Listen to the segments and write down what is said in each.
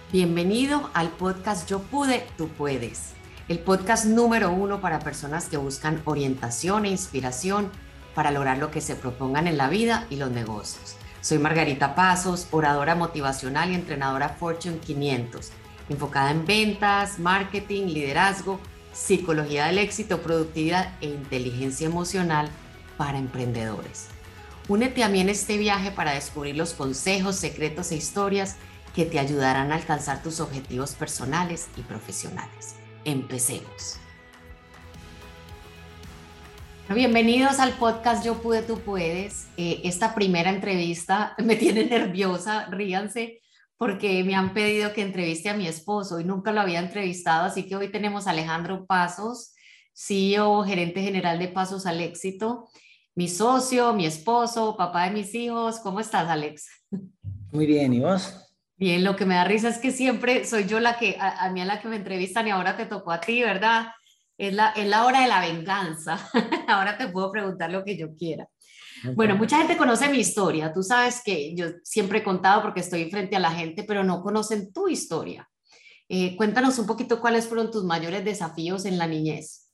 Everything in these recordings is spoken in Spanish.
Bienvenido al podcast Yo Pude, Tú Puedes, el podcast número 1 para personas que buscan orientación e inspiración para lograr lo que se propongan en la vida y los negocios. Soy Margarita Pasos, oradora motivacional y entrenadora Fortune 500, enfocada en ventas, marketing, liderazgo, psicología del éxito, productividad e inteligencia emocional para emprendedores. Únete a mí en este viaje para descubrir los consejos, secretos e historias que te ayudarán a alcanzar tus objetivos personales y profesionales. Empecemos. Bienvenidos al podcast Yo Pude, Tú Puedes. Esta primera entrevista me tiene nerviosa, ríanse, porque me han pedido que entreviste a mi esposo y nunca lo había entrevistado, así que hoy tenemos a Alejandro Pasos, CEO, gerente general de Pasos al Éxito, mi socio, mi esposo, papá de mis hijos. ¿Cómo estás, Alex? Muy bien, ¿y vos? Bien, lo que me da risa es que siempre soy yo la que, a mí a la que me entrevistan y ahora te tocó a ti, ¿verdad? Es la hora de la venganza. Ahora te puedo preguntar lo que yo quiera. Bueno, Okay. mucha gente conoce mi historia. Tú sabes que yo siempre he contado porque estoy frente a la gente, pero no conocen tu historia. Cuéntanos un poquito cuáles fueron tus mayores desafíos en la niñez.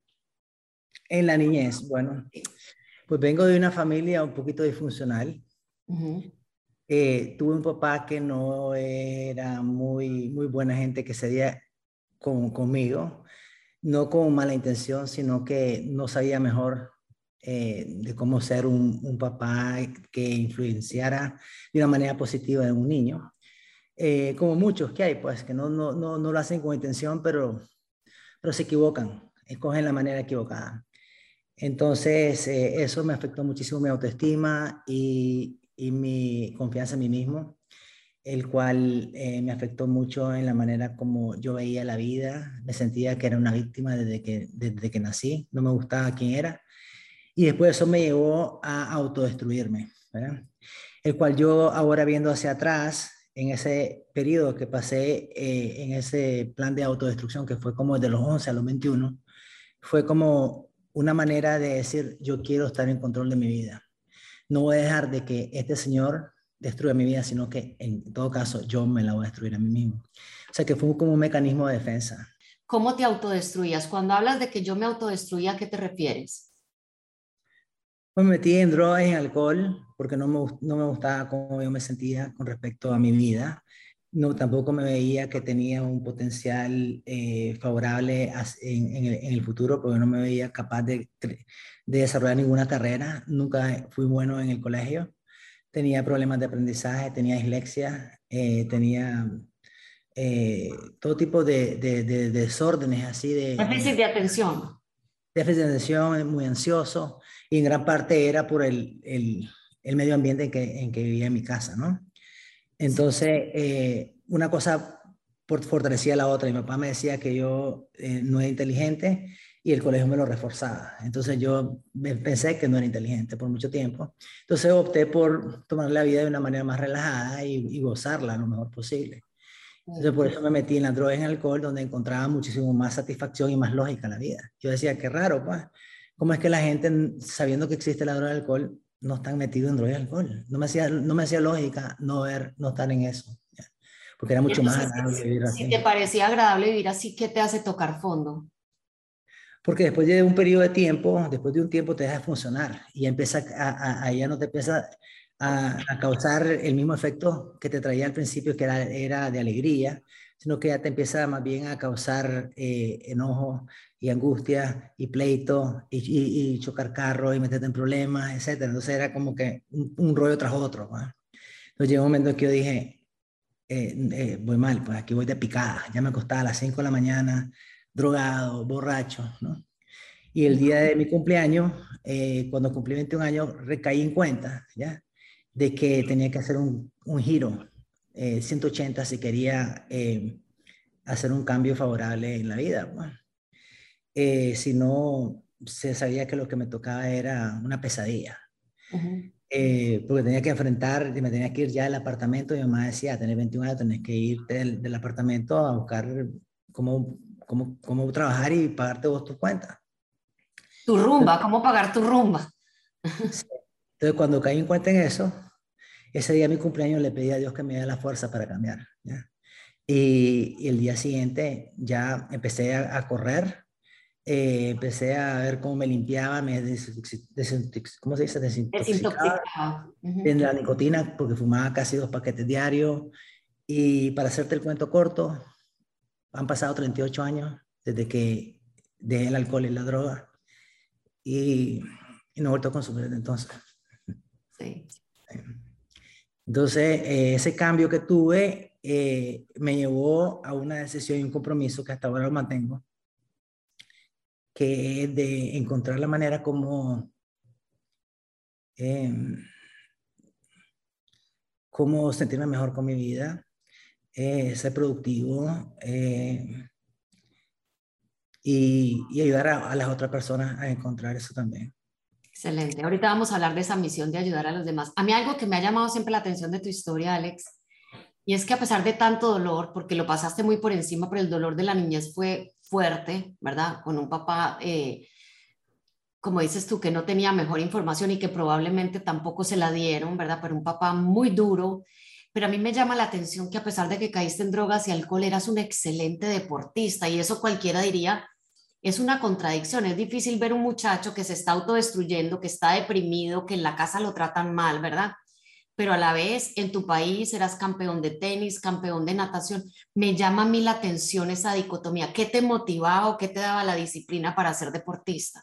En la niñez, bueno, pues vengo de una familia un poquito disfuncional. Ujú. Tuve un papá que no era muy buena gente, que se dio conmigo, no con mala intención, sino que no sabía mejor de cómo ser un papá que influenciara de una manera positiva en un niño. Como muchos que hay, pues, que no lo hacen con intención, pero se equivocan, escogen la manera equivocada. Entonces, eso me afectó muchísimo mi autoestima y mi confianza en mí mismo, el cual me afectó mucho en la manera como yo veía la vida. Me sentía que era una víctima desde que nací, no me gustaba quién era. Y después eso me llevó a autodestruirme, ¿verdad? El cual yo ahora viendo hacia atrás, en ese periodo que pasé en ese plan de autodestrucción, que fue como de los 11 a los 21, fue como una manera de decir, yo quiero estar en control de mi vida. No voy a dejar de que este señor destruya mi vida, sino que en todo caso yo me la voy a destruir a mí mismo. O sea que fue como un mecanismo de defensa. ¿Cómo te autodestruías? Cuando hablas de que yo me autodestruía, ¿a qué te refieres? Pues me metí en drogas y en alcohol porque no me gustaba cómo yo me sentía con respecto a mi vida. No, tampoco me veía que tenía un potencial favorable en el futuro, porque no me veía capaz de desarrollar ninguna carrera. Nunca fui bueno en el colegio. Tenía problemas de aprendizaje, tenía dislexia, tenía todo tipo de desórdenes así Déficit de atención. déficit de atención, muy ansioso, y en gran parte era por el medio ambiente en que vivía en mi casa, ¿no? Entonces, una cosa fortalecía la otra. Mi papá me decía que yo no era inteligente y el colegio me lo reforzaba. Entonces yo pensé que no era inteligente por mucho tiempo. Entonces opté por tomar la vida de una manera más relajada y gozarla lo mejor posible. Entonces por eso me metí en la droga y en el alcohol, donde encontraba muchísimo más satisfacción y más lógica en la vida. Yo decía, qué raro, pues, ¿cómo es que la gente, sabiendo que existe la droga y el alcohol, no están metidos en droga y alcohol? No me hacía lógica no estar en eso, ¿ya? Porque era Y mucho más entonces, agradable vivir si te así. parecía agradable vivir así, ¿qué te hace tocar fondo? Porque después de un periodo de tiempo, después de un tiempo te deja de funcionar y empieza ya no te empieza a causar el mismo efecto que te traía al principio, que era de alegría, sino que ya te empieza más bien a causar enojo y angustia y pleito y chocar carros y meterte en problemas, etcétera. Entonces era como que un rollo tras otro, ¿no? Entonces llegó un momento en que yo dije, voy mal, pues aquí voy de picada. Ya me acostaba a las 5 de la mañana, drogado, borracho, ¿no? Y el día de mi cumpleaños, cuando cumplí 21 años, recaí en cuenta, ¿ya? De que tenía que hacer un giro 180 si quería hacer un cambio favorable en la vida. Bueno, si no, se sabía que lo que me tocaba era una pesadilla. Ujú. Porque tenía que enfrentar, me tenía que ir ya del apartamento. Mi mamá decía, tenés 21 años, tenés que irte del apartamento a buscar cómo trabajar y pagarte vos tus cuentas. Tu rumba, ¿cómo pagar tu rumba? Sí. Entonces, cuando caí en cuenta en eso, ese día de mi cumpleaños le pedí a Dios que me diera la fuerza para cambiar, ¿ya? Y el día siguiente ya empecé a correr, empecé a ver cómo me limpiaba, ¿cómo se dice? Desintoxicaba Desintoxicado. de Ujú. la nicotina porque fumaba casi 2 paquetes diarios. Y para hacerte el cuento corto, han pasado 38 años desde que dejé el alcohol y la droga y, y no he vuelto a consumir desde entonces. Sí. Entonces, ese cambio que tuve me llevó a una decisión y un compromiso que hasta ahora lo mantengo, que es de encontrar la manera como, eh, cómo sentirme mejor con mi vida, ser productivo y ayudar a las otras personas a encontrar eso también. Excelente. Ahorita vamos a hablar de esa misión de ayudar a los demás. A mí algo que me ha llamado siempre la atención de tu historia, Alex, y es que a pesar de tanto dolor, porque lo pasaste muy por encima, pero el dolor de la niñez fue fuerte, ¿verdad? Con un papá, como dices tú, que no tenía mejor información y que probablemente tampoco se la dieron, ¿verdad? Pero un papá muy duro. Pero a mí me llama la atención que a pesar de que caíste en drogas y alcohol, eras un excelente deportista y eso cualquiera diría, es una contradicción. Es difícil ver un muchacho que se está autodestruyendo, que está deprimido, que en la casa lo tratan mal, ¿verdad? Pero a la vez en tu país eras campeón de tenis, campeón de natación. Me llama a mí la atención esa dicotomía. ¿Qué te motivaba o qué te daba la disciplina para ser deportista?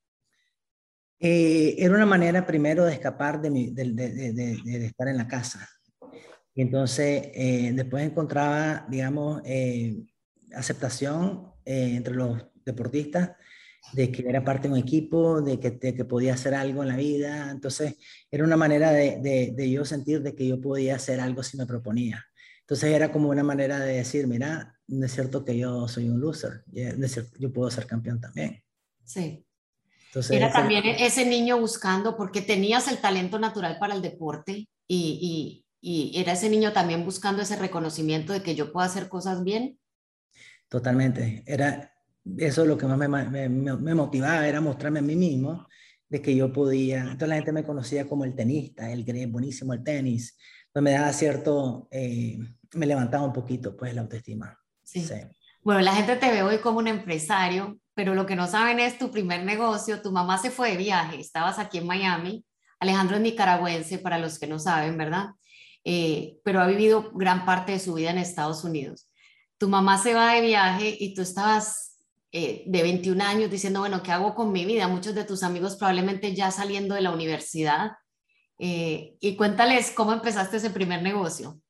Era una manera primero de escapar de estar en la casa. Y entonces después encontraba, digamos, aceptación entre los deportistas de que era parte de un equipo, de que podía hacer algo en la vida. Entonces era una manera de yo sentir de que yo podía hacer algo si me proponía. Entonces era como una manera de decir, mira, no es cierto que yo soy un loser, no es cierto, yo puedo ser campeón también. Sí. Era Entonces, también ese niño buscando, porque tenías el talento natural para el deporte y era ese niño también buscando ese reconocimiento de que yo puedo hacer cosas bien. totalmente. Era eso lo que más me motivaba, era mostrarme a mí mismo de que yo podía. Entonces la gente me conocía como el tenista, el que es buenísimo el tenis. Entonces me daba cierto, me levantaba un poquito pues la autoestima. Sí. Sí. Bueno, la gente te ve hoy como un empresario, pero lo que no saben es tu primer negocio. Tu mamá se fue de viaje, estabas aquí en Miami. Alejandro es nicaragüense, para los que no saben, ¿verdad? Pero ha vivido gran parte de su vida en Estados Unidos. Tu mamá se va de viaje y tú estabas de 21 años diciendo, bueno, ¿qué hago con mi vida? Muchos de tus amigos probablemente ya saliendo de la universidad. Y cuéntales cómo empezaste ese primer negocio.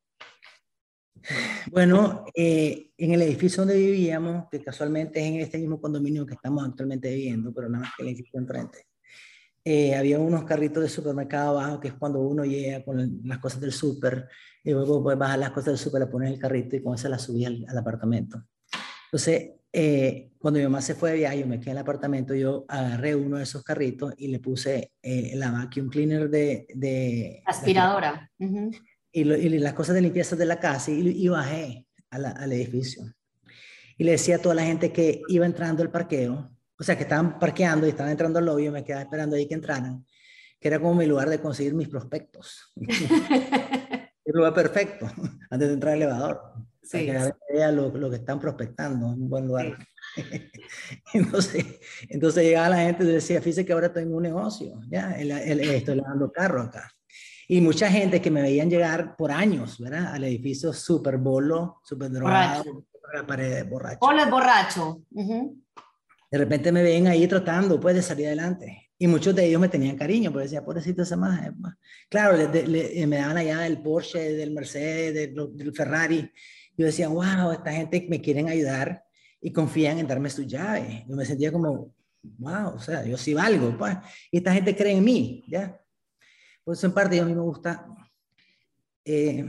Bueno, en el edificio donde vivíamos, que casualmente es en este mismo condominio que estamos actualmente viviendo, pero nada más que el edificio enfrente. Había unos carritos de supermercado abajo, que es cuando uno llega con las cosas del súper, y luego puedes bajar las cosas del súper, le pones el carrito y con eso las subí al apartamento. Entonces, cuando mi mamá se fue de viaje, yo me quedé en el apartamento, yo agarré uno de esos carritos y le puse la vacuum cleaner Aspiradora. Ujú. y las cosas de limpieza de la casa y bajé al edificio. Y le decía a toda la gente que iba entrando al parqueo, o sea, que estaban parqueando y estaban entrando al lobby, yo me quedaba esperando ahí que entraran, que era como mi lugar de conseguir mis prospectos. El lugar perfecto, antes de entrar al elevador, para que Sí, la gente vea lo que están prospectando, un buen lugar. sí. entonces, entonces llegaba la gente y decía, fíjese que ahora estoy en un negocio, ya, estoy lavando carro acá. Y mucha gente que me veían llegar por años, ¿verdad? Al edificio súper bolo, súper drogado, Borracho. por la pared, borracho. Hola, es borracho. Ujú. De repente me ven ahí tratando, pues, de salir adelante. Y muchos de ellos me tenían cariño, porque decía, pobrecito ese maje. Claro, me daban allá del Porsche, del Mercedes, del Ferrari. Yo decía, wow, esta gente me quieren ayudar y confían en darme sus llaves. Yo me sentía como, wow, o sea, yo sí valgo, pues. Y esta gente cree en mí, ¿ya? Por eso en parte a mí me gusta, eh,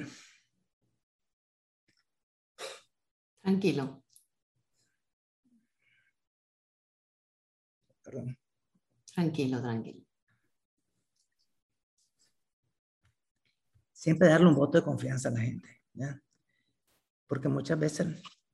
Tranquilo, perdón, tranquilo, tranquilo. siempre darle un voto de confianza a la gente, ¿ya? Porque muchas veces,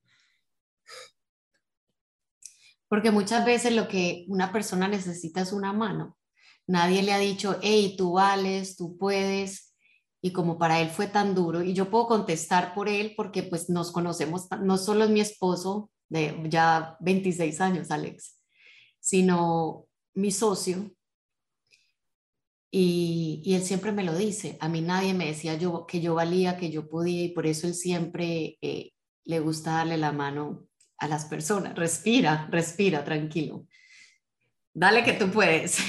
Porque muchas veces lo que una persona necesita es una mano. Nadie le ha dicho, hey, tú vales, tú puedes. y como para él fue tan duro, y yo puedo contestar por él porque pues nos conocemos, no solo es mi esposo de ya 26 años, Alex, sino mi socio, y él siempre me lo dice. A mí nadie me decía yo, que yo valía, que yo podía, y por eso él siempre le gusta darle la mano a las personas. Respira, respira, tranquilo. Dale que tú puedes.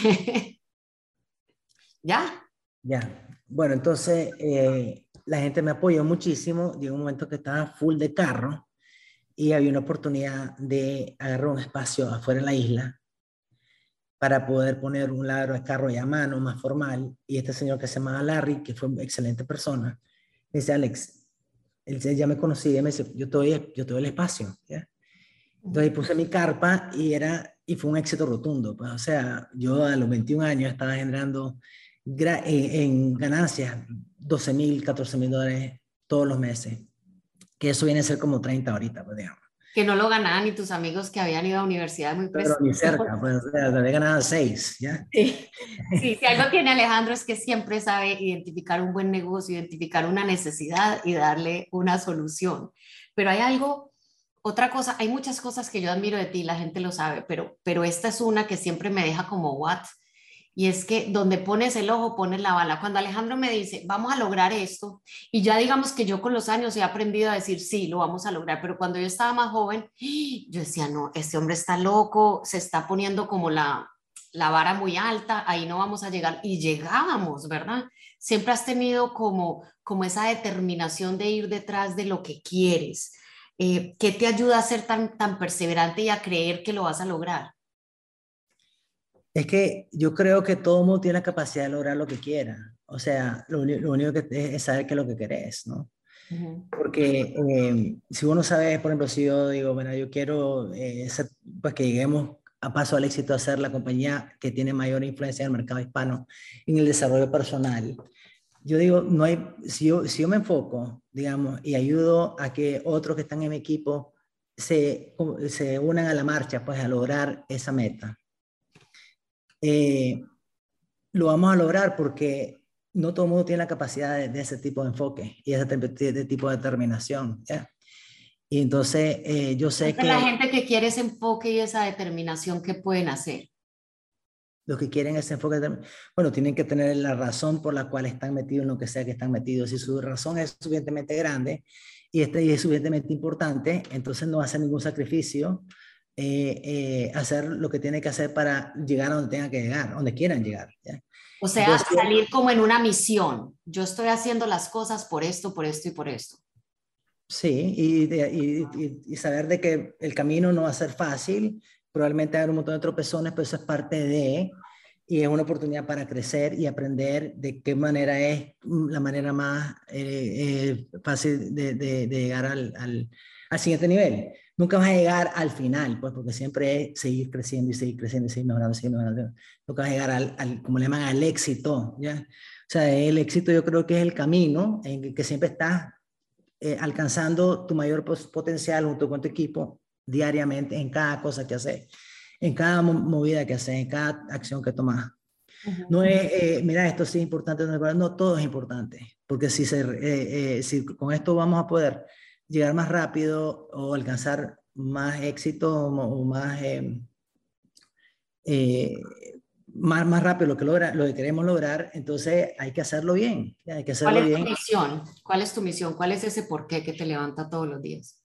¿Ya? Ya. Bueno, entonces la gente me apoyó muchísimo. Llegó un momento que estaba full de carro y había una oportunidad de agarrar un espacio afuera en la isla para poder poner un ladro de carro ya a mano, más formal. Y este señor que se llama Larry, que fue una excelente persona, me dice, Alex, él ya me conocía, me dice, yo te doy el espacio, ¿ya? Entonces puse mi carpa y fue un éxito rotundo. Pues, o sea, yo a los 21 años estaba generando en ganancias 12,000, 14,000 dólares todos los meses, que eso viene a ser como 30 ahorita, pues digamos. Que no lo ganaban ni tus amigos que habían ido a universidades muy Pero ni prestigiosas. cerca, pues o sea, había ganado 6, ¿ya? Sí. Sí, si algo tiene Alejandro es que siempre sabe identificar un buen negocio, identificar una necesidad y darle una solución. Pero hay algo, otra cosa, hay muchas cosas que yo admiro de ti, la gente lo sabe, pero esta es una que siempre me deja como what, y es que donde pones el ojo, pones la bala. Cuando Alejandro me dice, vamos a lograr esto, y ya digamos que yo con los años he aprendido a decir, sí, lo vamos a lograr, pero cuando yo estaba más joven, yo decía, no, este hombre está loco, se está poniendo como la vara muy alta, ahí no vamos a llegar, y llegábamos, ¿verdad? Siempre has tenido como esa determinación de ir detrás de lo que quieres. ¿Qué te ayuda a ser tan perseverante y a creer que lo vas a lograr? Es que yo creo que todo mundo tiene la capacidad de lograr lo que quiera. O sea, lo único que es saber qué es lo que querés, ¿no? Ujú. Porque si uno sabe, por ejemplo, si yo digo, bueno, yo quiero pues que lleguemos a paso al éxito a ser la compañía que tiene mayor influencia en el mercado hispano en el desarrollo personal. Yo digo, no hay, si yo me enfoco, digamos, y ayudo a que otros que están en mi equipo se unan a la marcha, pues a lograr esa meta, eh, lo vamos a lograr porque no todo el mundo tiene la capacidad de ese tipo de enfoque y ese tipo de determinación, ¿ya? Y entonces yo sé Entonces, la que gente que quiere ese enfoque y esa determinación, ¿qué pueden hacer? los que quieren ese enfoque, bueno, tienen que tener la razón por la cual están metidos en lo que sea que están metidos. Si su razón es suficientemente grande y es suficientemente importante, entonces no hace ningún sacrificio hacer lo que tiene que hacer para llegar a donde tenga que llegar, donde quieran llegar, ¿ya? O sea, Entonces, salir como en una misión. Yo estoy haciendo las cosas por esto y por esto. sí, y saber de que el camino no va a ser fácil, probablemente haber un montón de tropezones, pero eso es parte y es una oportunidad para crecer y aprender de qué manera es la manera más fácil de llegar al siguiente nivel. Nunca vas a llegar al final, pues, porque siempre es seguir creciendo y seguir creciendo y seguir mejorando, seguir mejorando. Nunca vas a llegar como le llaman, al éxito, ¿ya? O sea, el éxito yo creo que es el camino en el que siempre estás alcanzando tu mayor potencial junto con tu equipo diariamente en cada cosa que haces, en cada movida que haces, en cada acción que tomas. No es, mira, esto sí es importante, no, todo es importante, porque si con esto vamos a poder llegar más rápido o alcanzar más éxito o más, más rápido lo que queremos lograr, entonces hay que hacerlo bien, ¿ya? Hay que ¿Cuál hacerlo es tu bien. misión? ¿Cuál es tu misión? ¿Cuál es ese porqué que te levanta todos los días?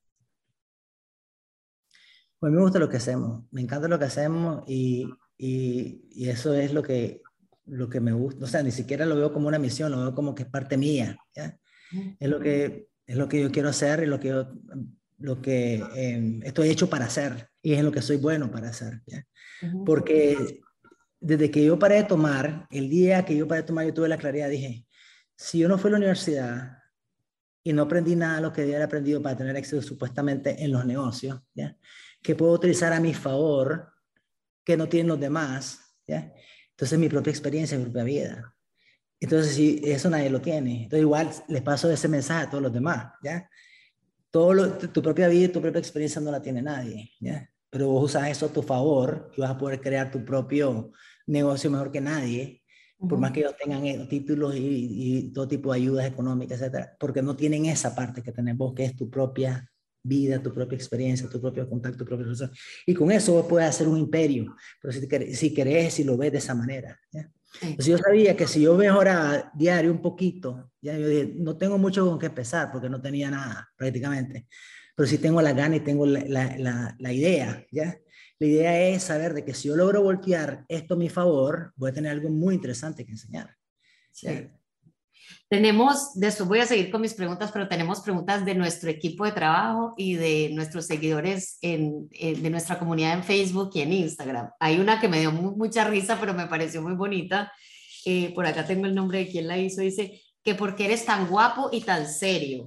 Pues me gusta lo que hacemos, me encanta lo que hacemos y eso es lo que me gusta. O sea, ni siquiera lo veo como una misión, lo veo como que es parte mía, ¿ya? Es lo que yo quiero hacer y lo que estoy hecho para hacer y es lo que soy bueno para hacer, ¿ya? Ujú. Porque desde que yo paré de tomar, el día que yo paré de tomar, yo tuve la claridad, dije, si yo no fui a la universidad y no aprendí nada de lo que debía haber aprendido para tener éxito supuestamente en los negocios, ¿ya? Que puedo utilizar a mi favor, que no tienen los demás, ¿ya? Entonces mi propia experiencia, mi propia vida. Entonces, si eso nadie lo tiene, entonces igual les paso ese mensaje a todos los demás, ¿ya? Tu propia vida y tu propia experiencia no la tiene nadie, ¿ya? Pero vos usas eso a tu favor y vas a poder crear tu propio negocio mejor que nadie por más que ellos tengan títulos y todo tipo de ayudas económicas, etcétera, porque no tienen esa parte que tenés vos, que es tu propia vida, tu propia experiencia, tu propio contacto, tu propia relación. Y con eso vos puedes hacer un imperio, pero si querés, si lo ves de esa manera. ¿Ya? Entonces yo sabía que si yo mejoraba diario un poquito, ya yo dije, no tengo mucho con qué empezar, porque no tenía nada prácticamente, pero sí tengo la gana y tengo la idea, ¿ya? La idea es saber de que si yo logro voltear esto a mi favor, voy a tener algo muy interesante que enseñar. Sí. Tenemos, después voy a seguir con mis preguntas, pero tenemos preguntas de nuestro equipo de trabajo y de nuestros seguidores de nuestra comunidad en Facebook y en Instagram. Hay una que me dio mucha risa, pero me pareció muy bonita. Por acá tengo el nombre de quien la hizo. Dice que porque eres tan guapo y tan serio.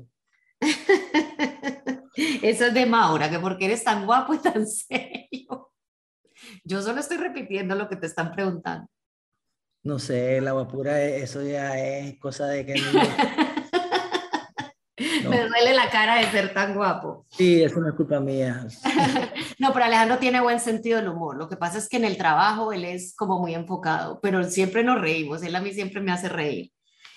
Eso es de Maura, que porque eres tan guapo y tan serio. Yo solo estoy repitiendo lo que te están preguntando. No sé, la guapura, eso ya es cosa de que no. Me duele la cara de ser tan guapo. Sí, eso no es culpa mía. No, pero Alejandro tiene buen sentido del humor. Lo que pasa es que en el trabajo él es como muy enfocado, pero siempre nos reímos. Él a mí siempre me hace reír.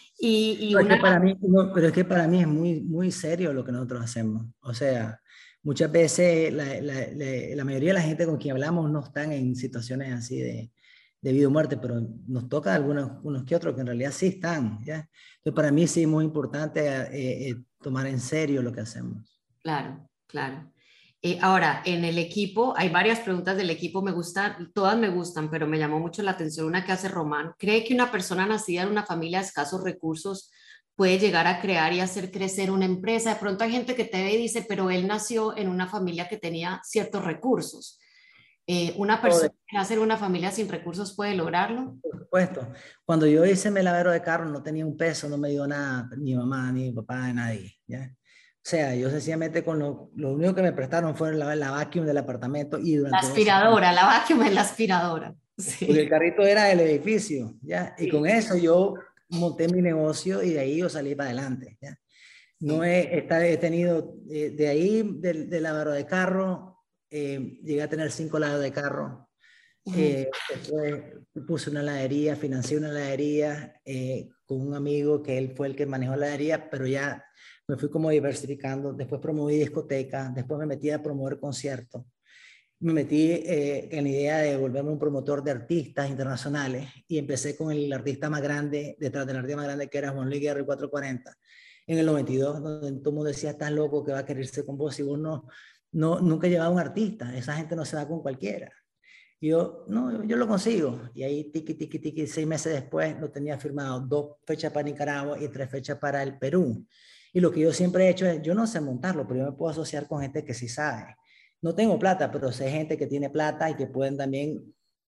Y No, es una... que para mí, no, pero es que para mí es muy, muy serio lo que nosotros hacemos. O sea, muchas veces la mayoría de la gente con quien hablamos no están en situaciones así de vida o muerte, pero nos toca algunos unos que otros que en realidad sí están, ¿ya? Entonces, para mí sí es muy importante tomar en serio lo que hacemos. Claro, claro. Ahora, en el equipo, hay varias preguntas del equipo, me gustan, todas me gustan, pero me llamó mucho la atención una que hace Román. ¿Cree que una persona nacida en una familia de escasos recursos puede llegar a crear y hacer crecer una empresa? De pronto hay gente que te ve y dice, pero él nació en una familia que tenía ciertos recursos. ¿Una persona que nace en una familia sin recursos puede lograrlo? Por supuesto. Cuando yo hice mi lavero de carro, no tenía un peso, no me dio nada, ni mamá, ni mi papá, ni nadie, ¿ya? O sea, yo sencillamente con lo único que me prestaron fue la vacuum del apartamento y La durante 2 años. aspiradora, la vacuum es la aspiradora. Porque el Sí, carrito era del edificio, ¿ya? Y con sí, eso yo monté mi negocio y de ahí yo salí para adelante, ¿ya? No sí. he tenido, de ahí, del lavero de carro, llegué a tener 5 lavados de carro. Ujú. Después puse una heladería, financié una heladería con un amigo que él fue el que manejó la heladería, pero ya me fui como diversificando. Después promoví discotecas, después me metí a promover conciertos. Me metí en la idea de volverme un promotor de artistas internacionales y empecé con el artista más grande, detrás del artista más grande que era Juan Luis Guerra y 440, en el 92, donde todo el mundo decía, estás loco que va a querer irse con vos si vos nunca llevaba un artista, esa gente no se va con cualquiera. Y yo, no, yo lo consigo. Y ahí, tiki, tiki, tiki, 6 meses después, lo tenía firmado 2 fechas para Nicaragua y 3 fechas para el Perú. Y lo que yo siempre he hecho es, yo no sé montarlo, pero yo me puedo asociar con gente que sí sabe. No tengo plata, pero sé gente que tiene plata y que pueden también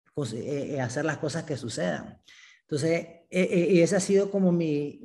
hacer las cosas que sucedan. Entonces, y esa ha sido como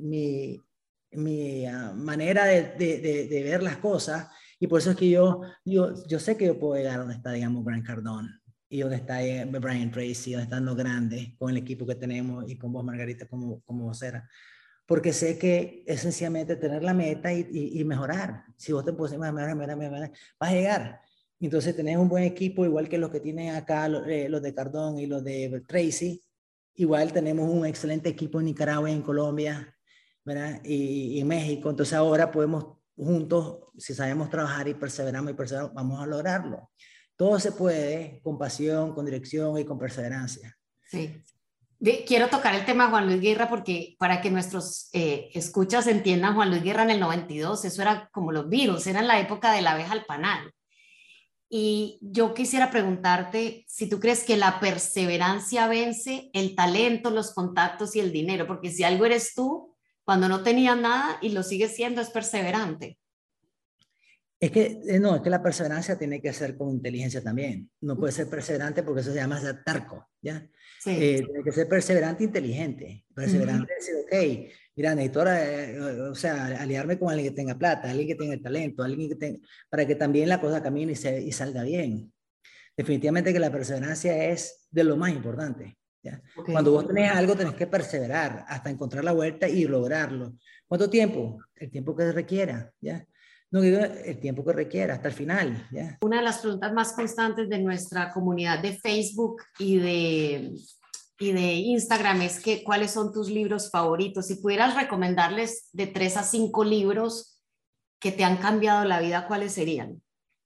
mi manera de ver las cosas. Y por eso es que yo sé que yo puedo llegar a donde está, digamos, Grant Cardone y donde está Brian Tracy, donde están los grandes, con el equipo que tenemos y con vos, Margarita, como vocera. Porque sé que es sencillamente tener la meta y mejorar. Si vos te pones mejorar, vas a llegar. Entonces tenés un buen equipo, igual que los que tienen acá, los de Cardón y los de Tracy. Igual tenemos un excelente equipo en Nicaragua y en Colombia, ¿verdad? Y en México. Entonces ahora podemos juntos, si sabemos trabajar y perseveramos, vamos a lograrlo. Todo se puede con pasión, con dirección y con perseverancia. Sí. Quiero tocar el tema de Juan Luis Guerra porque para que nuestros escuchas entiendan, Juan Luis Guerra en el 92, eso era como los virus, era en la época de la abeja al panal. Y yo quisiera preguntarte si tú crees que la perseverancia vence el talento, los contactos y el dinero, porque si algo eres tú, cuando no tenías nada y lo sigues siendo, es perseverante. Es que, no, es que la perseverancia tiene que ser con inteligencia también. No puede ser perseverante porque eso se llama ser terco, ¿ya? Sí. Tiene que ser perseverante e inteligente. Ujú. Perseverante es decir, ok, mira, necesito o sea, aliarme con alguien que tenga plata, alguien que tenga talento, alguien que tenga, para que también la cosa camine y salga bien. Definitivamente que la perseverancia es de lo más importante, ¿ya? Ok. Cuando vos tenés algo, tenés que perseverar hasta encontrar la vuelta y lograrlo. ¿Cuánto tiempo? El tiempo que requiera, ¿ya? No digo el tiempo que requiera, hasta el final, ¿ya? Una de las preguntas más constantes de nuestra comunidad de Facebook y de Instagram es que cuáles son tus libros favoritos. Si pudieras recomendarles de 3 a 5 libros que te han cambiado la vida, ¿cuáles serían?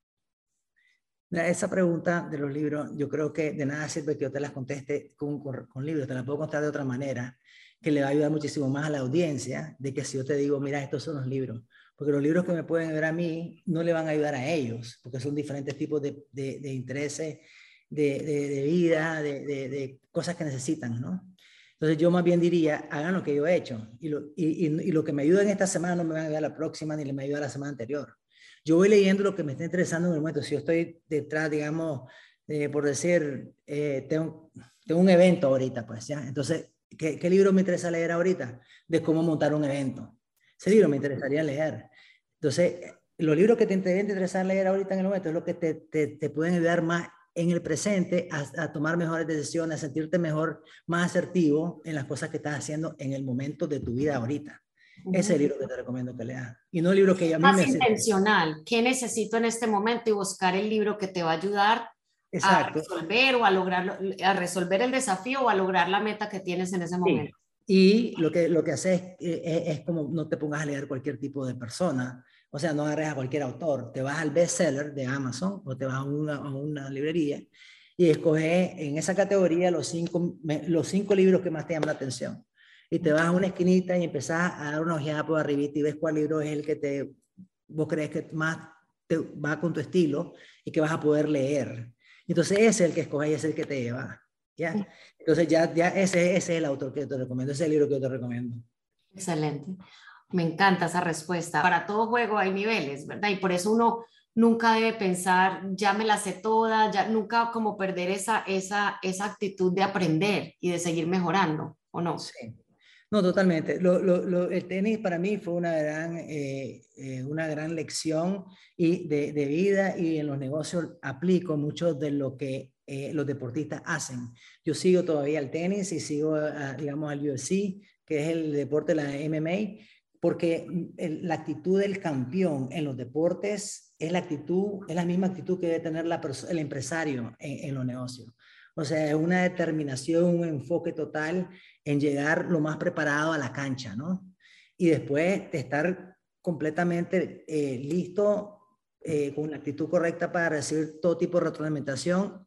Esa pregunta de los libros, yo creo que de nada sirve que yo te las conteste con libros, te las puedo contestar de otra manera, que le va a ayudar muchísimo más a la audiencia, de que si yo te digo, mira, estos son los libros, porque los libros que me pueden ayudar a mí no le van a ayudar a ellos, porque son diferentes tipos de intereses, de vida, de cosas que necesitan, ¿no? Entonces yo más bien diría, hagan lo que yo he hecho, y lo que me ayuda en esta semana no me va a ayudar la próxima, ni le me ayuda la semana anterior. Yo voy leyendo lo que me está interesando en el momento. Si yo estoy detrás, digamos, por decir, tengo un evento ahorita, pues, ¿ya? Entonces, ¿qué libro me interesa leer ahorita? De cómo montar un evento. Ese libro me interesaría leer. Entonces, los libros que te interesan leer ahorita en el momento es lo que te pueden ayudar más en el presente a tomar mejores decisiones, a sentirte mejor, más asertivo en las cosas que estás haciendo en el momento de tu vida ahorita. Ese es el libro que te recomiendo que leas. Y no el libro que a mí Más me intencional. ¿Qué necesito en este momento? Y buscar el libro que te va a ayudar a Exacto. resolver o a lograr, a resolver el desafío o a lograr la meta que tienes en ese momento. Sí. Y lo que haces es como no te pongas a leer cualquier tipo de persona. O sea, no agarres a cualquier autor. Te vas al bestseller de Amazon o te vas a una librería y escoges en esa categoría los cinco libros que más te llaman la atención. Y te vas a una esquinita y empezás a dar una ojeada por arribita y ves cuál libro es el que vos crees que más te va con tu estilo y que vas a poder leer. Entonces ese es el que escoges y es el que te lleva. ¿Ya? Entonces ya ese es el autor que yo te recomiendo, ese es el libro que yo te recomiendo. Excelente. Me encanta esa respuesta. Para todo juego hay niveles, ¿verdad? Y por eso uno nunca debe pensar, ya me la sé toda, ya nunca como perder esa actitud de aprender y de seguir mejorando, ¿o no? Sí. No, totalmente. El tenis para mí fue una gran lección de vida, y en los negocios aplico mucho de lo que los deportistas hacen. Yo sigo todavía el tenis y sigo, digamos, al UFC, que es el deporte de la MMA, porque la actitud del campeón en los deportes es la misma actitud que debe tener el empresario en los negocios. O sea, es una determinación, un enfoque total en llegar lo más preparado a la cancha, ¿no? Y después de estar completamente listo, con la actitud correcta para recibir todo tipo de retroalimentación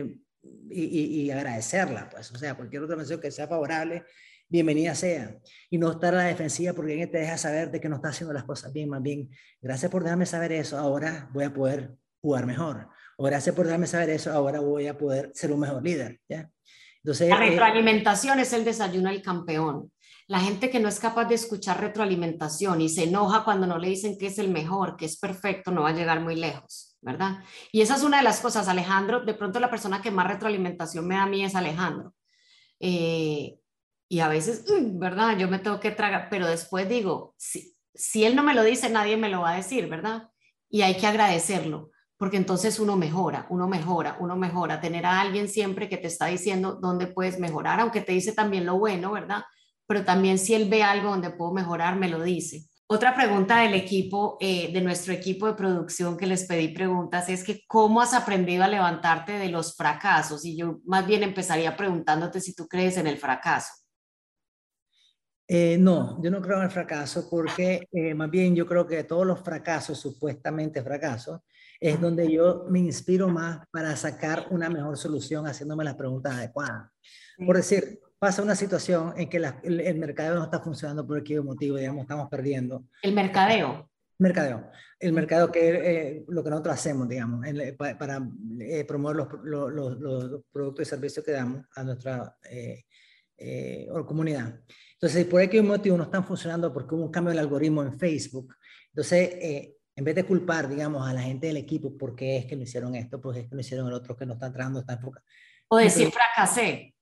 y agradecerla, pues. O sea, cualquier retroalimentación que sea favorable, bienvenida sea. Y no estar a la defensiva porque alguien te deja saber de que no está haciendo las cosas bien, más bien, gracias por dejarme saber eso, ahora voy a poder jugar mejor. O gracias por dejarme saber eso, ahora voy a poder ser un mejor líder, ¿ya? La Entonces, retroalimentación es el desayuno del campeón. La gente que no es capaz de escuchar retroalimentación y se enoja cuando no le dicen que es el mejor, que es perfecto, no va a llegar muy lejos, ¿verdad? Y esa es una de las cosas, Alejandro. De pronto la persona que más retroalimentación me da a mí es Alejandro. Eh, y a veces, ¿verdad? Yo me tengo que tragar, pero después digo, si él no me lo dice, nadie me lo va a decir, ¿verdad? Y hay que agradecerlo, porque entonces uno mejora, uno mejora, uno mejora. Tener a alguien siempre que te está diciendo dónde puedes mejorar, aunque te dice también lo bueno, ¿verdad? Pero también si él ve algo donde puedo mejorar, me lo dice. Otra pregunta del equipo, de nuestro equipo de producción que les pedí preguntas, es que ¿cómo has aprendido a levantarte de los fracasos? Y yo más bien empezaría preguntándote si tú crees en el fracaso. no, yo no creo en el fracaso porque más bien yo creo que todos los fracasos, supuestamente fracasos, es donde yo me inspiro más para sacar una mejor solución haciéndome las preguntas adecuadas. Por decir, pasa una situación en que el mercado no está funcionando por aquel motivo, digamos, estamos perdiendo. El mercadeo. Mercadeo. El mercadeo que es lo que nosotros hacemos, digamos, para promover los productos y servicios que damos a nuestra comunidad. Entonces, si por qué motivo no están funcionando porque hubo un cambio del algoritmo en Facebook, entonces, en vez de culpar, digamos, a la gente del equipo porque es que no hicieron esto, porque es que no hicieron el otro, que no están trabajando, están enfocados. O decir fracasé.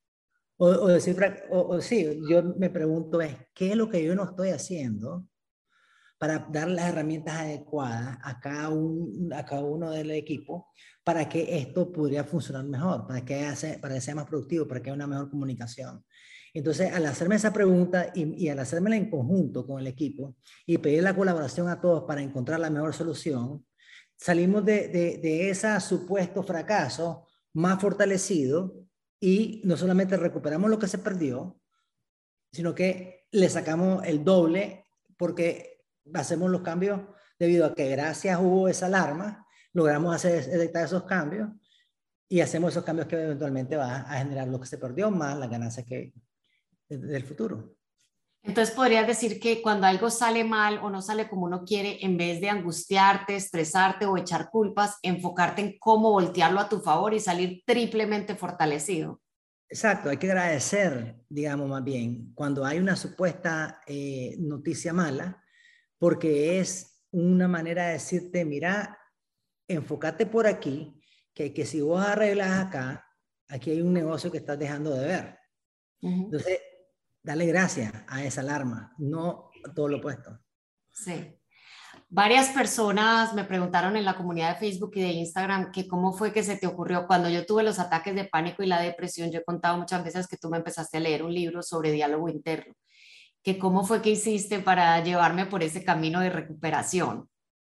Sí, yo me pregunto es, ¿qué es lo que yo no estoy haciendo para dar las herramientas adecuadas a cada uno del equipo para que esto pudiera funcionar mejor, para que sea más productivo, para que haya una mejor comunicación? Entonces, al hacerme esa pregunta y al hacérmela en conjunto con el equipo y pedir la colaboración a todos para encontrar la mejor solución, salimos de ese supuesto fracaso más fortalecido y no solamente recuperamos lo que se perdió, sino que le sacamos el doble porque hacemos los cambios debido a que gracias hubo esa alarma, logramos hacer detectar esos cambios y hacemos esos cambios que eventualmente va a generar lo que se perdió más las ganancias del futuro. Entonces podrías decir que cuando algo sale mal o no sale como uno quiere, en vez de angustiarte, estresarte o echar culpas, enfocarte en cómo voltearlo a tu favor y salir triplemente fortalecido. Exacto, hay que agradecer, digamos más bien, cuando hay una supuesta noticia mala, porque es una manera de decirte, mira, enfócate por aquí, que si vos arreglas acá, aquí hay un negocio que estás dejando de ver. Entonces, dale gracias a esa alarma, no todo lo opuesto. Sí. Varias personas me preguntaron en la comunidad de Facebook y de Instagram que cómo fue que se te ocurrió cuando yo tuve los ataques de pánico y la depresión. Yo he contado muchas veces que tú me empezaste a leer un libro sobre diálogo interno, que cómo fue que hiciste para llevarme por ese camino de recuperación.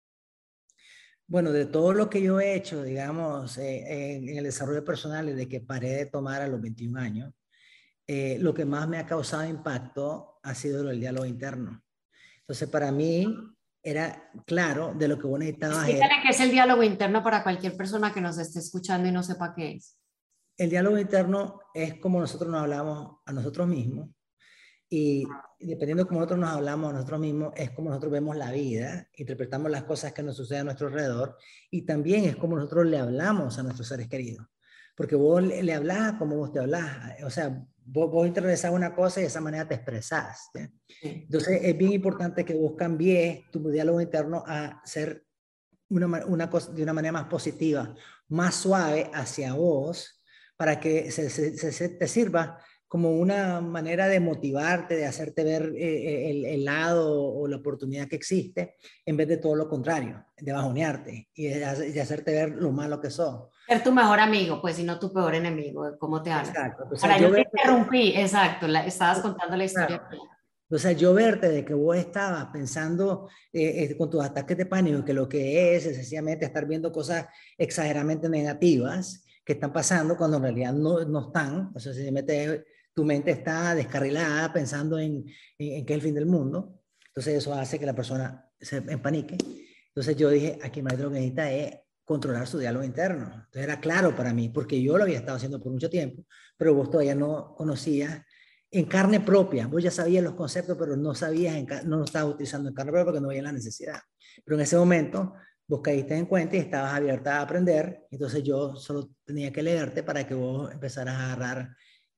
Bueno, de todo lo que yo he hecho, digamos, en el desarrollo personal, desde que paré de tomar a los 21 años, lo que más me ha causado impacto ha sido el diálogo interno. Entonces, para mí era claro de lo que vos necesitabas era. Explícale qué es el diálogo interno para cualquier persona que nos esté escuchando y no sepa qué es. El diálogo interno es como nosotros nos hablamos a nosotros mismos y dependiendo de cómo nosotros nos hablamos a nosotros mismos es como nosotros vemos la vida, interpretamos las cosas que nos suceden a nuestro alrededor y también es como nosotros le hablamos a nuestros seres queridos. Porque vos le hablás como vos te hablás. O sea, vos interiorizás una cosa y de esa manera te expresás. ¿Sí? Entonces es bien importante que vos cambies tu diálogo interno a ser una cosa de una manera más positiva, más suave hacia vos, para que te sirva como una manera de motivarte, de hacerte ver el lado o la oportunidad que existe, en vez de todo lo contrario, de bajonearte y de hacerte ver lo malo que sos. Ser tu mejor amigo, pues, y no tu peor enemigo, ¿cómo te hablas? Exacto. O sea, Ahora, yo yo te verte, interrumpí, exacto, estabas contando la historia. claro. O sea, yo verte de que vos estabas pensando con tus ataques de pánico, que lo que es sencillamente estar viendo cosas exageradamente negativas que están pasando cuando en realidad no están. O sea, sencillamente tu mente está descarrilada pensando en que es el fin del mundo. Entonces eso hace que la persona se empanique. Entonces yo dije, aquí Maestro lo que necesita es controlar su diálogo interno. Entonces era claro para mí, porque yo lo había estado haciendo por mucho tiempo, pero vos todavía no conocías en carne propia. Vos ya sabías los conceptos, pero no sabías, no lo estabas utilizando en carne propia porque no había la necesidad. Pero en ese momento vos caíste en cuenta y estabas abierta a aprender. Entonces yo solo tenía que leerte para que vos empezaras a agarrar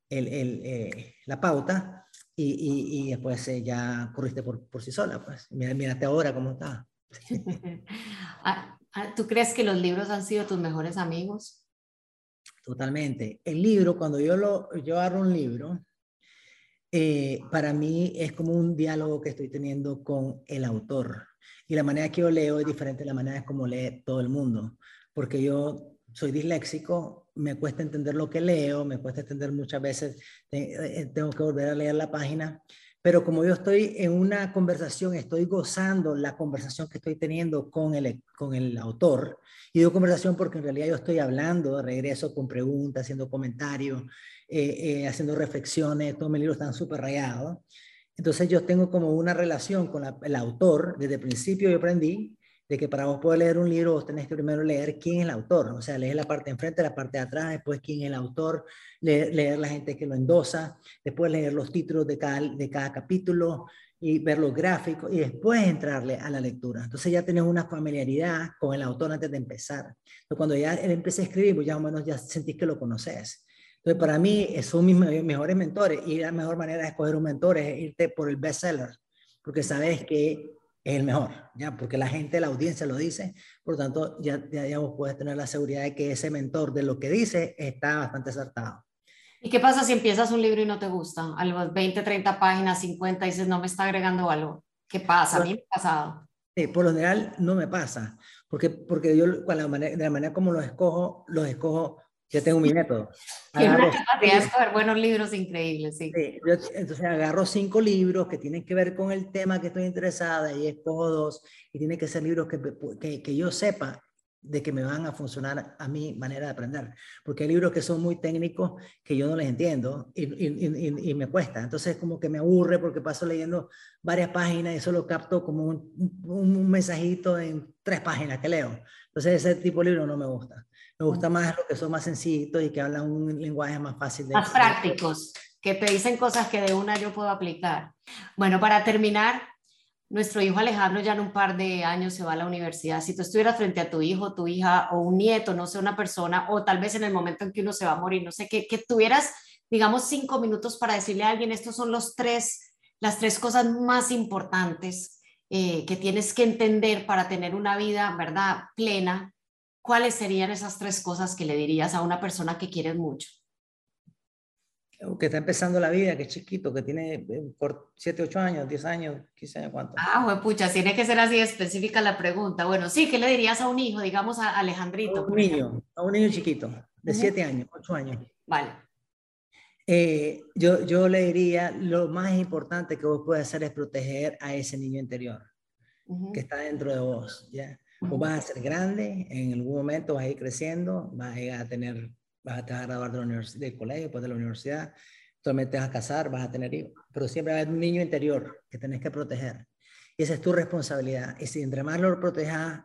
la pauta y después ya corriste por sí sola. Pues. Mírate ahora cómo estás. ¿Tú crees que los libros han sido tus mejores amigos? Totalmente. El libro, cuando yo agarro un libro, para mí es como un diálogo que estoy teniendo con el autor. Y la manera que yo leo es diferente de la manera como lee todo el mundo. Porque yo soy disléxico, me cuesta entender lo que leo, me cuesta entender muchas veces, tengo que volver a leer la página. Pero como yo estoy en una conversación, estoy gozando la conversación que estoy teniendo con el autor. Y digo conversación porque en realidad yo estoy hablando de regreso con preguntas, haciendo comentarios, haciendo reflexiones, todos mis libros están súper rayados. Entonces yo tengo como una relación con el autor. Desde el principio yo aprendí de que para vos poder leer un libro vos tenés que primero leer quién es el autor. O sea, leer la parte de enfrente, la parte de atrás, después quién es el autor, leer la gente que lo endosa, después leer los títulos de cada capítulo y ver los gráficos y después entrarle a la lectura. Entonces ya tenés una familiaridad con el autor antes de empezar. Entonces, cuando ya él empieza a escribir, pues ya más o menos ya sentís que lo conoces. Entonces, para mí, son mis mejores mentores y la mejor manera de escoger un mentor es irte por el bestseller, porque sabes que es el mejor, ¿ya? Porque la gente, la audiencia lo dice, por lo tanto, ya vos puedes tener la seguridad de que ese mentor de lo que dice está bastante acertado. ¿Y qué pasa si empiezas un libro y no te gusta? A los 20, 30 páginas, 50, dices, no me está agregando valor. ¿Qué pasa? A mí me ha pasado. Por lo general no me pasa, porque yo de la manera como los escojo, ya tengo mi método. Tiene una Agarro capacidad de escoger buenos libros increíbles, sí. entonces agarro 5 libros que tienen que ver con el tema que estoy interesada y escojo 2 y tienen que ser libros que yo sepa de que me van a funcionar a mi manera de aprender, porque hay libros que son muy técnicos que yo no les entiendo y me cuesta, entonces como que me aburre porque paso leyendo varias páginas y solo capto como un mensajito en 3 páginas que leo, entonces ese tipo de libro no me gusta. Me gusta más los que son más sencillitos y que hablan un lenguaje más fácil Más prácticos, que te dicen cosas que de una yo puedo aplicar. Bueno, para terminar, nuestro hijo Alejandro ya en un par de años se va a la universidad. Si tú estuvieras frente a tu hijo, tu hija o un nieto, no sé, una persona, o tal vez en el momento en que uno se va a morir, no sé, que tuvieras, digamos, 5 minutos para decirle a alguien, estos son las tres cosas más importantes que tienes que entender para tener una vida, ¿verdad?, plena. ¿Cuáles serían esas tres cosas que le dirías a una persona que quieres mucho? que está empezando la vida, que es chiquito, que tiene por 7, 8 años, 10 años, 15 años, ¿cuánto? Pucha, tiene que ser así específica la pregunta. Bueno, sí, ¿qué le dirías a un hijo, digamos a Alejandrito, por ejemplo? A un niño chiquito, de Ujú. 7 años, 8 años. Vale. Yo le diría, lo más importante que vos puedes hacer es proteger a ese niño interior que Ujú. está dentro de vos, ¿ya? Vos Ujú. vas a ser grande, en algún momento vas a ir creciendo, vas a llegar a tener, te vas a graduar de la universidad, del colegio, después de la universidad, actualmente te vas a casar, vas a tener hijos, pero siempre va a haber un niño interior que tenés que proteger. Y esa es tu responsabilidad. Y si entre más lo protejas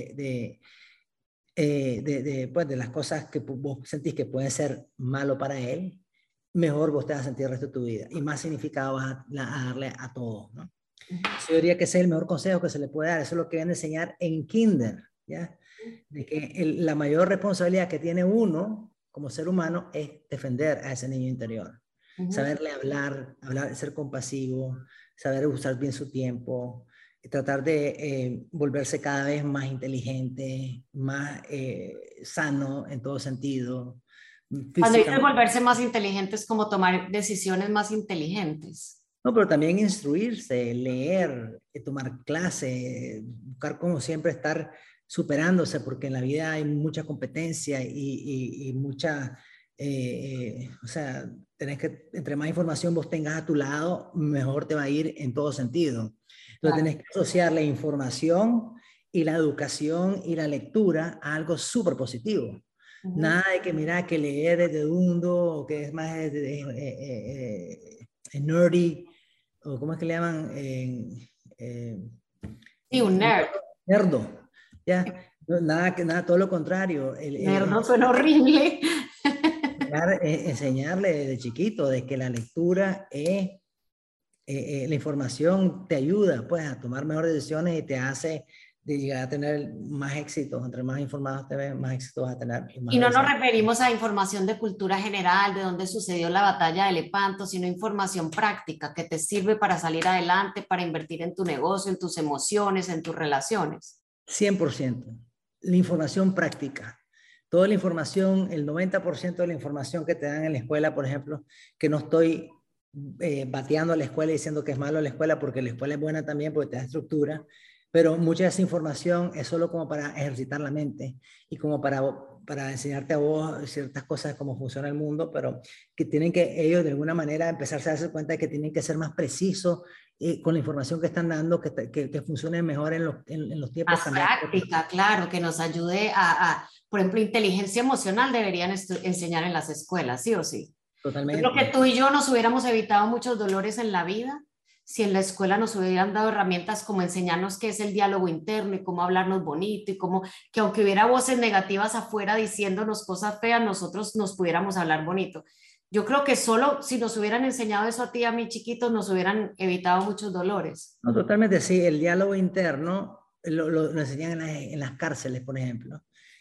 pues, de las cosas que vos sentís que pueden ser malo para él, mejor vos te vas a sentir el resto de tu vida y más significado vas a darle a todo, ¿no? Yo diría que ese es el mejor consejo que se le puede dar. Eso es lo que deben enseñar en kinder, ¿ya? De que la mayor responsabilidad que tiene uno como ser humano es defender a ese niño interior. Ujú. Saberle hablar, ser compasivo, saber usar bien su tiempo, tratar de volverse cada vez más inteligente, más sano en todo sentido, Cuando dices físicamente. volverse más inteligente es como tomar decisiones más inteligentes. No, pero también instruirse, leer, tomar clase, buscar como siempre estar superándose, porque en la vida hay mucha competencia y mucha, o sea, tenés que, entre más información vos tengas a tu lado, mejor te va a ir en todo sentido. Entonces Claro. tenés que asociar la información y la educación y la lectura a algo súper positivo. Ujú. Nada de que mira que leer es de dundo o que es más nerdy o ¿cómo es que le llaman? Sí, un nerd. Nerdo, ¿ya? No, nada, todo lo contrario. Nerd no suena horrible. Enseñarle desde chiquito de que la lectura la información te ayuda pues a tomar mejores decisiones y te hace de llegar a tener más éxitos. Entre más informados te ves, más éxitos vas a tener y más Y no nos desarrollo. referimos a información de cultura general, de dónde sucedió la batalla de Lepanto, sino información práctica que te sirve para salir adelante, para invertir en tu negocio, en tus emociones, en tus relaciones. 100%. La información práctica. Toda la información, el 90% de la información que te dan en la escuela, por ejemplo, que no estoy bateando a la escuela y diciendo que es malo la escuela, porque la escuela es buena también porque te da estructura, pero mucha de esa información es solo como para ejercitar la mente y como para enseñarte a vos ciertas cosas de cómo funciona el mundo, pero que tienen que ellos de alguna manera empezarse a darse cuenta de que tienen que ser más precisos con la información que están dando, que funcione mejor en los tiempos Más cambiantes. práctica, claro, que nos ayude por ejemplo, inteligencia emocional deberían enseñar en las escuelas, sí o sí. Yo creo que Totalmente. tú y yo nos hubiéramos evitado muchos dolores en la vida si en la escuela nos hubieran dado herramientas como enseñarnos qué es el diálogo interno y cómo hablarnos bonito y cómo que aunque hubiera voces negativas afuera diciéndonos cosas feas, nosotros nos pudiéramos hablar bonito. Yo creo que solo si nos hubieran enseñado eso a ti y a mí chiquitos nos hubieran evitado muchos dolores. No, totalmente, sí. El diálogo interno lo enseñan en las cárceles, por ejemplo.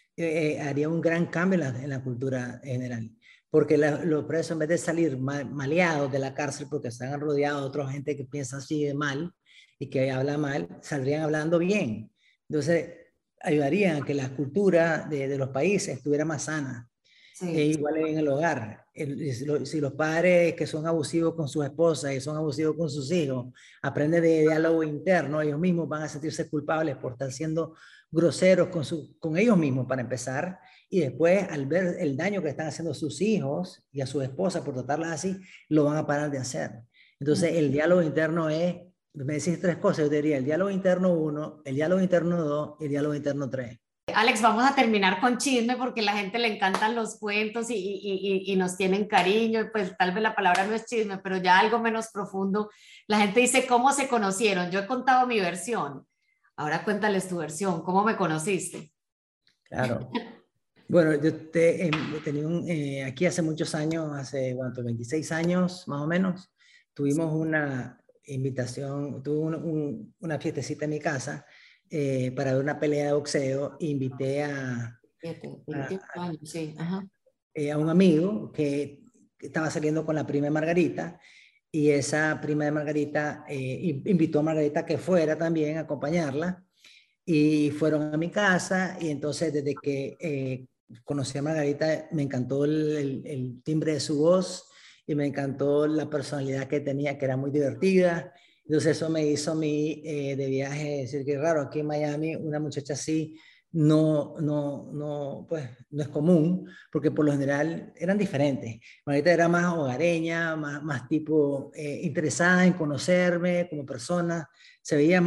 Haría un gran cambio en la cultura general. Porque los presos, en vez de salir maleados de la cárcel porque están rodeados de otra gente que piensa así de mal y que habla mal, saldrían hablando bien. Entonces, ayudarían a que la cultura de los países estuviera más sana. Sí. Igual en el hogar. Si los padres que son abusivos con sus esposas y son abusivos con sus hijos aprenden de diálogo interno, ellos mismos van a sentirse culpables por estar siendo groseros con ellos mismos para empezar, y después al ver el daño que están haciendo a sus hijos y a sus esposas por tratarlas así, lo van a parar de hacer. Entonces el diálogo interno me decís tres cosas, yo te diría el diálogo interno 1, el diálogo interno 2 y el diálogo interno 3. Alex, vamos a terminar con chisme porque a la gente le encantan los cuentos y nos tienen cariño, y pues tal vez la palabra no es chisme, pero ya algo menos profundo. La gente dice, ¿cómo se conocieron? Yo he contado mi versión. Ahora cuéntales tu versión, ¿cómo me conociste? Claro. Bueno, tenía aquí hace muchos años, hace ¿cuánto? 26 años más o menos, tuvimos una invitación, tuve una fiestecita en mi casa para ver una pelea de boxeo. Invité a 28 años, sí. Ajá. A un amigo que estaba saliendo con la prima de Margarita, y esa prima de Margarita invitó a Margarita que fuera también a acompañarla, y fueron a mi casa. Y entonces desde que conocí a Margarita me encantó el timbre de su voz y me encantó la personalidad que tenía, que era muy divertida. Entonces eso me hizo a mí de viaje decir que raro, aquí en Miami una muchacha así pues, no es común, porque por lo general eran diferentes. Margarita era más hogareña, más tipo interesada en conocerme como persona. Se veía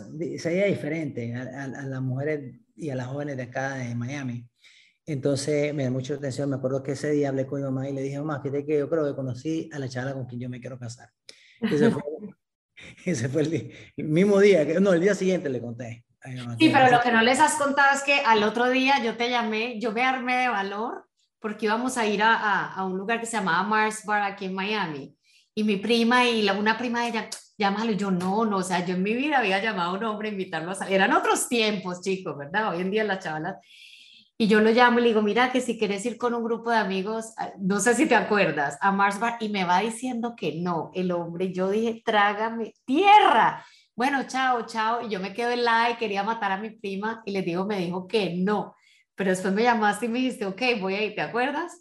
diferente a las mujeres y a las jóvenes de acá de Miami. Entonces me da mucha atención. Me acuerdo que ese día hablé con mi mamá y le dije, mamá, fíjate que yo creo que conocí a la chavala con quien yo me quiero casar. Ese fue, ese fue el mismo día, el día siguiente le conté a mi mamá Sí, que pero lo que no les has contado es que al otro día yo te llamé, yo me armé de valor porque íbamos a ir a un lugar que se llamaba Mars Bar aquí en Miami. Y mi prima y una prima de ella, llámalo. Y yo, no, o sea, yo en mi vida había llamado a un hombre a invitarlo a salir. Eran otros tiempos, chicos, ¿verdad? Hoy en día las chavalas. Y yo lo llamo y le digo, mira, que si quieres ir con un grupo de amigos, no sé si te acuerdas, a Mars Bar, y me va diciendo que no, el hombre. Y yo dije, trágame tierra. Bueno, chao, chao. Y yo me quedo helada y quería matar a mi prima y les digo, me dijo que no. Pero después me llamaste y me dijiste, ok, voy a ir, ¿te acuerdas?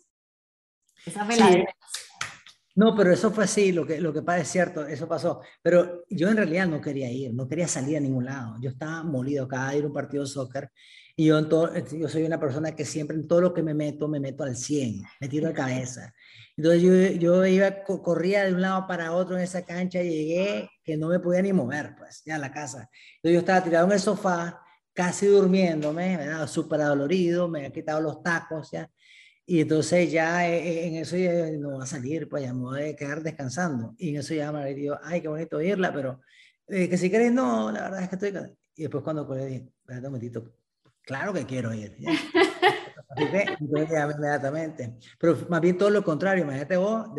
Esa me la Sí, debes. no, pero eso fue así, lo que pasa es cierto, eso pasó. Pero yo en realidad no quería ir, no quería salir a ningún lado. Yo estaba molido, acá de ir a un partido de soccer. Y yo soy una persona que siempre en todo lo que me meto al 100, me tiro de cabeza. Entonces yo iba, corría de un lado para otro en esa cancha, y llegué que no me podía ni mover, pues, ya a la casa. Entonces yo estaba tirado en el sofá, casi durmiéndome, ¿verdad? Súper adolorido, me había quitado los tacos, ya. Y entonces ya en eso ya no va a salir, pues ya me voy a quedar descansando. Y en eso ya me dijo, ay, qué bonito oírla, pero que si querés, no, la verdad es que estoy... Y después cuando colgué dije, espérate un momentito, claro que quiero ir, ¿ya? Entonces ya inmediatamente. Pero más bien todo lo contrario, imagínate vos,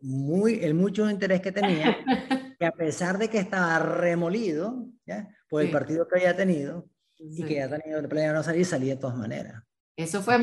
el mucho interés que tenía, que a pesar de que estaba remolido, ¿ya? Por el Sí, partido que había tenido, y que sí. ya tenía el plan de no salir, salí de todas maneras. Eso fue en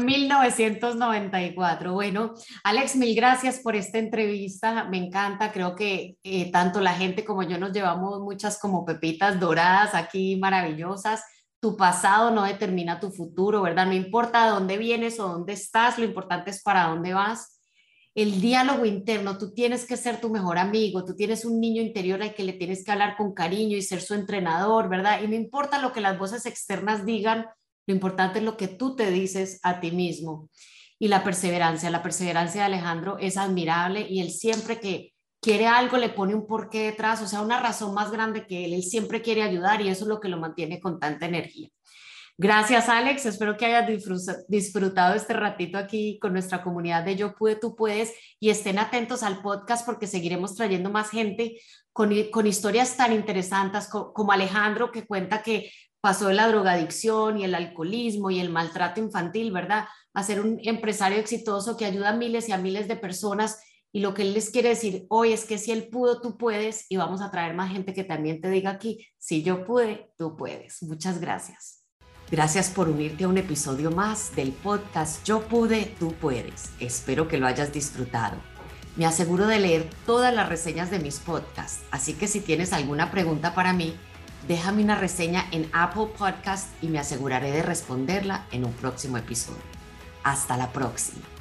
1994. Bueno, Alex, mil gracias por esta entrevista. Me encanta. Creo que tanto la gente como yo nos llevamos muchas como pepitas doradas aquí maravillosas. Tu pasado no determina tu futuro, ¿verdad? No importa de dónde vienes o dónde estás, lo importante es para dónde vas. El diálogo interno, tú tienes que ser tu mejor amigo, tú tienes un niño interior al que le tienes que hablar con cariño y ser su entrenador, ¿verdad? Y no importa lo que las voces externas digan, lo importante es lo que tú te dices a ti mismo. Y la perseverancia de Alejandro es admirable y él siempre que quiere algo le pone un porqué detrás, o sea, una razón más grande que él siempre quiere ayudar y eso es lo que lo mantiene con tanta energía. Gracias, Alex. Espero que hayas disfrutado este ratito aquí con nuestra comunidad de Yo Pude, Tú Puedes y estén atentos al podcast porque seguiremos trayendo más gente con historias tan interesantes como Alejandro, que cuenta que pasó de la drogadicción y el alcoholismo y el maltrato infantil, ¿verdad? A ser un empresario exitoso que ayuda a miles y a miles de personas. Y lo que él les quiere decir hoy es que si él pudo, tú puedes, y vamos a traer más gente que también te diga aquí, si yo pude, tú puedes. Muchas gracias. Gracias por unirte a un episodio más del podcast Yo Pude, Tú Puedes. Espero que lo hayas disfrutado. Me aseguro de leer todas las reseñas de mis podcasts, así que si tienes alguna pregunta para mí, déjame una reseña en Apple Podcast y me aseguraré de responderla en un próximo episodio. Hasta la próxima.